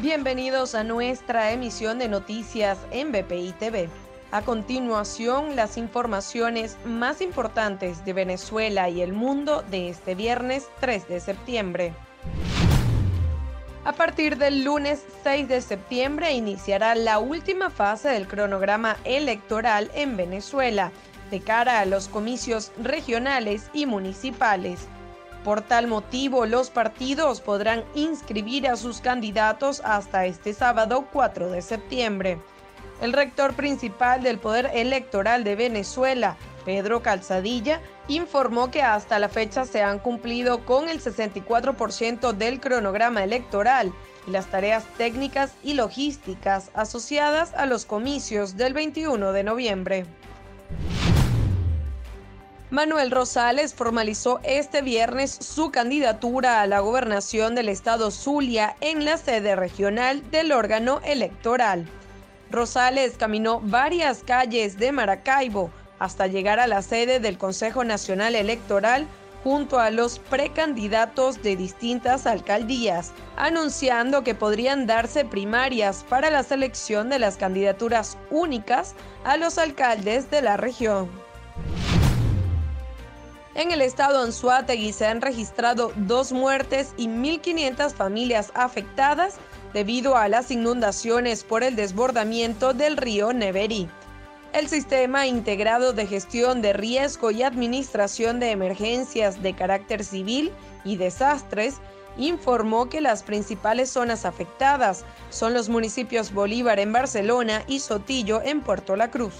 Bienvenidos a nuestra emisión de noticias en BPI TV. A continuación, las informaciones más importantes de Venezuela y el mundo de este viernes 3 de septiembre. A partir del lunes 6 de septiembre iniciará la última fase del cronograma electoral en Venezuela, de cara a los comicios regionales y municipales. Por tal motivo, los partidos podrán inscribir a sus candidatos hasta este sábado 4 de septiembre. El rector principal del Poder Electoral de Venezuela, Pedro Calzadilla, informó que hasta la fecha se han cumplido con el 64% del cronograma electoral y las tareas técnicas y logísticas asociadas a los comicios del 21 de noviembre. Manuel Rosales formalizó este viernes su candidatura a la gobernación del estado Zulia en la sede regional del órgano electoral. Rosales caminó varias calles de Maracaibo hasta llegar a la sede del Consejo Nacional Electoral junto a los precandidatos de distintas alcaldías, anunciando que podrían darse primarias para la selección de las candidaturas únicas a los alcaldes de la región. En el estado Anzoátegui se han registrado 2 muertes y 1.500 familias afectadas debido a las inundaciones por el desbordamiento del río Neverí. El Sistema Integrado de Gestión de Riesgo y Administración de Emergencias de Carácter Civil y Desastres informó que las principales zonas afectadas son los municipios Bolívar en Barcelona y Sotillo en Puerto La Cruz.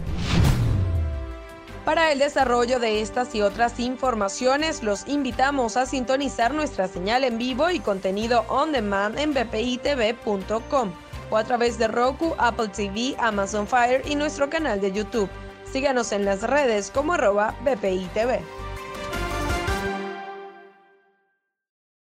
Para el desarrollo de estas y otras informaciones, los invitamos a sintonizar nuestra señal en vivo y contenido on demand en bpitv.com o a través de Roku, Apple TV, Amazon Fire y nuestro canal de YouTube. Síganos en las redes como @BPITV.